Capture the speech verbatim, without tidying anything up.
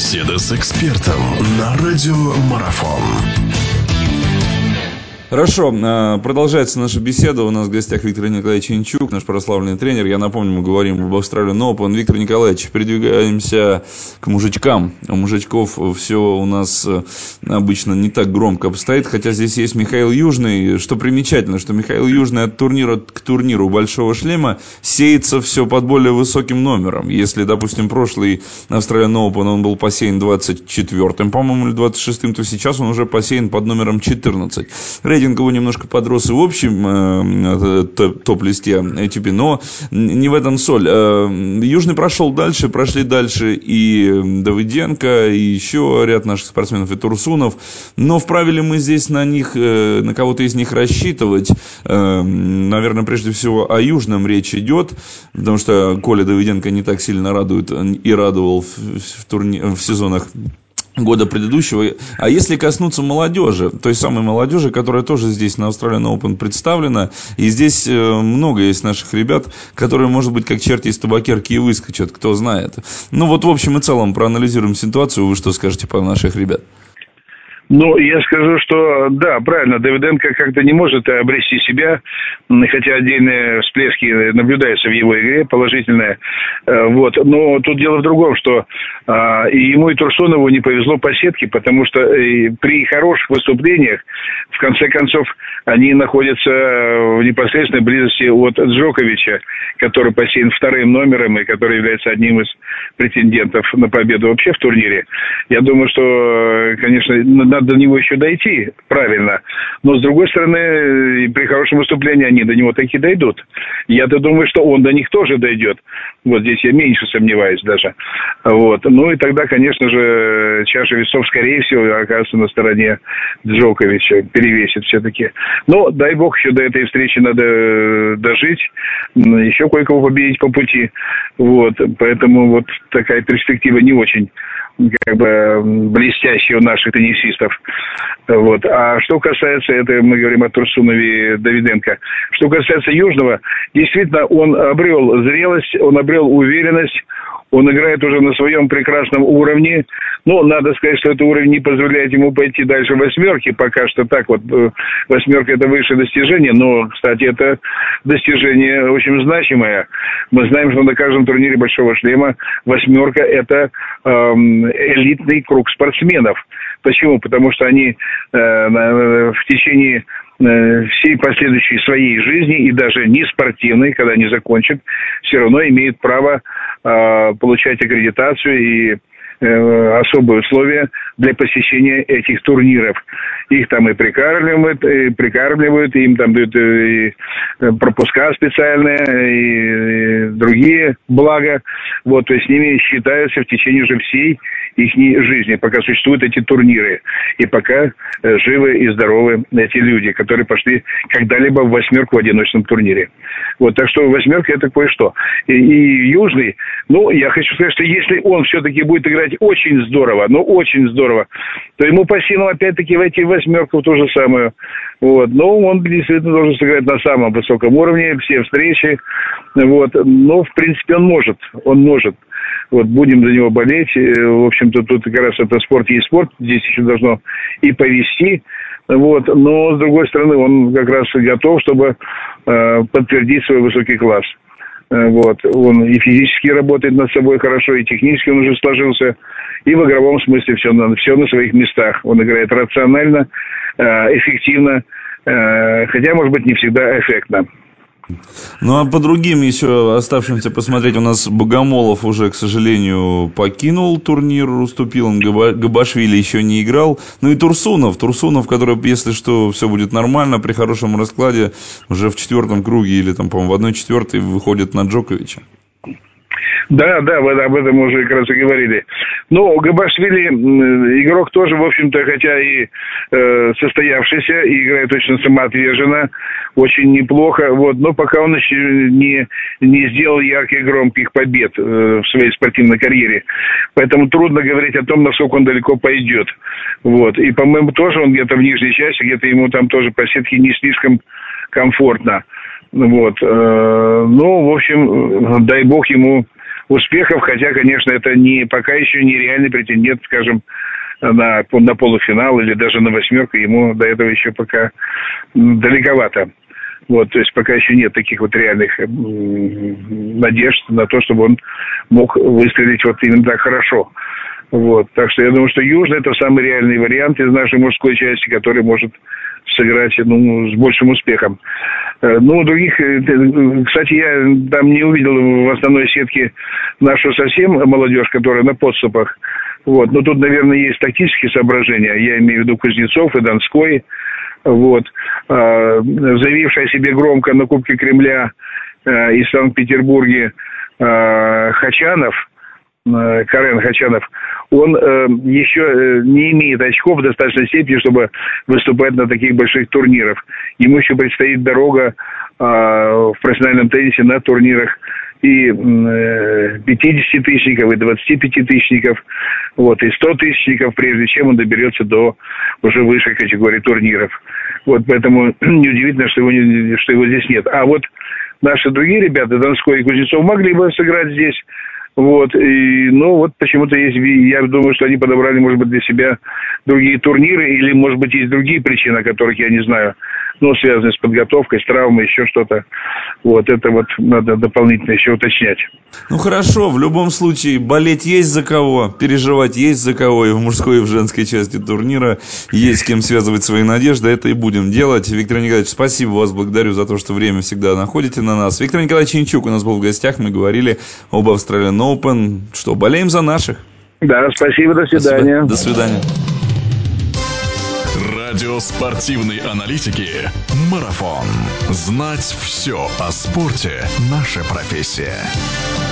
Беседа с экспертом на радио Марафон. Хорошо, продолжается наша беседа. У нас в гостях Виктор Николаевич Янчук, наш прославленный тренер. Я напомню, мы говорим об Australian Open. Виктор Николаевич, передвигаемся к мужичкам. У мужичков все у нас обычно не так громко обстоит, хотя здесь есть Михаил Южный. Что примечательно, что Михаил Южный от турнира к турниру Большого Шлема сеется все под более высоким номером. Если, допустим, прошлый Australian Open он был посеян двадцать четвёртым, по-моему, или двадцать шестым, то сейчас он уже посеян под номером четырнадцать. Рейтинг его немножко подрос и в общем э, топ-листе эй ти пи, но не в этом соль. Э, Южный прошел дальше, прошли дальше и Давыденко, и еще ряд наших спортсменов, и Турсунов. Но вправе ли мы здесь на них, э, на кого-то из них рассчитывать? Э, наверное, прежде всего о Южном речь идет, потому что Коля Давыденко не так сильно радует и радовал в, в, турни... в сезонах года предыдущего. А если коснуться молодежи, той самой молодежи, которая тоже здесь на Australian Open представлена, и здесь много есть наших ребят, которые, может быть, как черти из табакерки и выскочат, кто знает. Ну вот в общем и целом проанализируем ситуацию. Вы что скажете про наших ребят? Ну, я скажу, что да, правильно, Давыденко как-то не может обрести себя, хотя отдельные всплески наблюдаются в его игре, положительные. Вот. Но тут дело в другом, что а, и ему, и Турсунову не повезло по сетке, потому что и при хороших выступлениях, в конце концов, они находятся в непосредственной близости от Джоковича, который посеян вторым номером и который является одним из претендентов на победу вообще в турнире. Я думаю, что, конечно, надо до него еще дойти, правильно. Но, с другой стороны, при хорошем выступлении они до него таки дойдут. Я-то думаю, что он до них тоже дойдет. Вот здесь я меньше сомневаюсь даже. Вот. Ну и тогда, конечно же, чаша весов, скорее всего, окажется на стороне Джоковича, перевесит все-таки. Но, дай бог, еще до этой встречи надо дожить, еще кое-кого победить по пути. Вот. Поэтому вот такая перспектива не очень как бы блестящая у наших теннисистов. Вот. А что касается, это мы говорим о Турсунове и Давыденко, что касается Южного, действительно, он обрел зрелость, он обрел уверенность, он играет уже на своем прекрасном уровне. Но надо сказать, что этот уровень не позволяет ему пойти дальше восьмерки. Пока что так вот. Восьмерка — это высшее достижение. Но, кстати, это достижение очень значимое. Мы знаем, что на каждом турнире Большого Шлема восьмерка — это эм, элитный круг спортсменов. Почему? Потому что они э, в течение всей последующей своей жизни и даже не спортивной, когда они закончат, все равно имеют право э, получать аккредитацию и э, особые условия для посещения этих турниров. Их там и прикармливают, и прикармливают, и им там дают и пропуска специальные, и, и другие блага. Вот, то есть с ними считаются в течение уже всей их жизни, пока существуют эти турниры. И пока э, живы и здоровы эти люди, которые пошли когда-либо в восьмерку в одиночном турнире. Вот, так что восьмерка — это кое-что. И, и Южный, ну, я хочу сказать, что если он все-таки будет играть очень здорово, ну, очень здорово, то ему по силам опять-таки войти в восьмерку в ту же самую. Вот. Но он действительно должен сыграть на самом высоком уровне, все встречи. Вот. Но, в принципе, он может. Он может. Вот, будем за него болеть. В общем-то, тут как раз это спорт есть спорт. Здесь еще должно и повести. Вот. Но, с другой стороны, он как раз готов, чтобы э, подтвердить свой высокий класс. Э, вот. Он и физически работает над собой хорошо, и технически он уже сложился. И в игровом смысле все на, все на своих местах. Он играет рационально, э, эффективно, э, хотя, может быть, не всегда эффектно. Ну, а по другим еще оставшимся посмотреть, у нас Богомолов уже, к сожалению, покинул турнир, уступил, он Габашвили еще не играл. Ну и Турсунов, Турсунов, который, если что, все будет нормально, при хорошем раскладе, уже в четвертом круге или там, по-моему, в одной четвертой выходит на Джоковича. Да, да, вы об этом уже как раз и говорили. Но Габашвили игрок тоже, в общем-то, хотя и э, состоявшийся, и играет очень самоотверженно, очень неплохо, вот, но пока он еще не, не сделал ярких громких побед э, в своей спортивной карьере. Поэтому трудно говорить о том, насколько он далеко пойдет. Вот. И, по-моему, тоже он где-то в нижней части, где-то ему там тоже по сетке не слишком комфортно. Вот. Э, ну, в общем, дай бог ему успехов, хотя, конечно, это не, пока еще не реальный претендент, скажем, на, на полуфинал или даже на восьмерку, ему до этого еще пока далековато. Вот, то есть пока еще нет таких вот реальных надежд на то, чтобы он мог выстрелить вот именно так хорошо. Вот, так что я думаю, что Южный — это самый реальный вариант из нашей мужской части, который может сыграть, ну, с большим успехом. Ну, других, кстати, я там не увидел в основной сетке нашу совсем молодежь, которая на подступах. Вот, но тут, наверное, есть тактические соображения. Я имею в виду Кузнецов и Донской. Вот, заявивший о себе громко на Кубке Кремля и в Санкт-Петербурге Хачанов, Карен Хачанов, он э, еще э, не имеет очков в достаточной степени, чтобы выступать на таких больших турнирах. Ему еще предстоит дорога э, в профессиональном теннисе на турнирах и э, пятидесятитысячников, и двадцатипятитысячников, вот, и стотысячников, прежде чем он доберется до уже высшей категории турниров. Вот, поэтому неудивительно, что его, не, что его здесь нет. А вот наши другие ребята, Донской и Кузнецов, могли бы сыграть здесь. Вот, и, ну, вот почему-то есть, я думаю, что они подобрали, может быть, для себя другие турниры, или, может быть, есть другие причины, о которых я не знаю, ну, связанные с подготовкой, с травмой, еще что-то. Вот, это вот надо дополнительно еще уточнять. Ну, хорошо, в любом случае, болеть есть за кого, переживать есть за кого, и в мужской, и в женской части турнира есть с кем связывать свои надежды, это и будем делать. Виктор Николаевич, спасибо, вас благодарю за то, что время всегда находите на нас. Виктор Николаевич Янчук у нас был в гостях, мы говорили об Australian Open. Что, болеем за наших? Да, спасибо, до свидания. Спасибо. До свидания. Радио спортивной аналитики «Марафон». Знать все о спорте – наша профессия.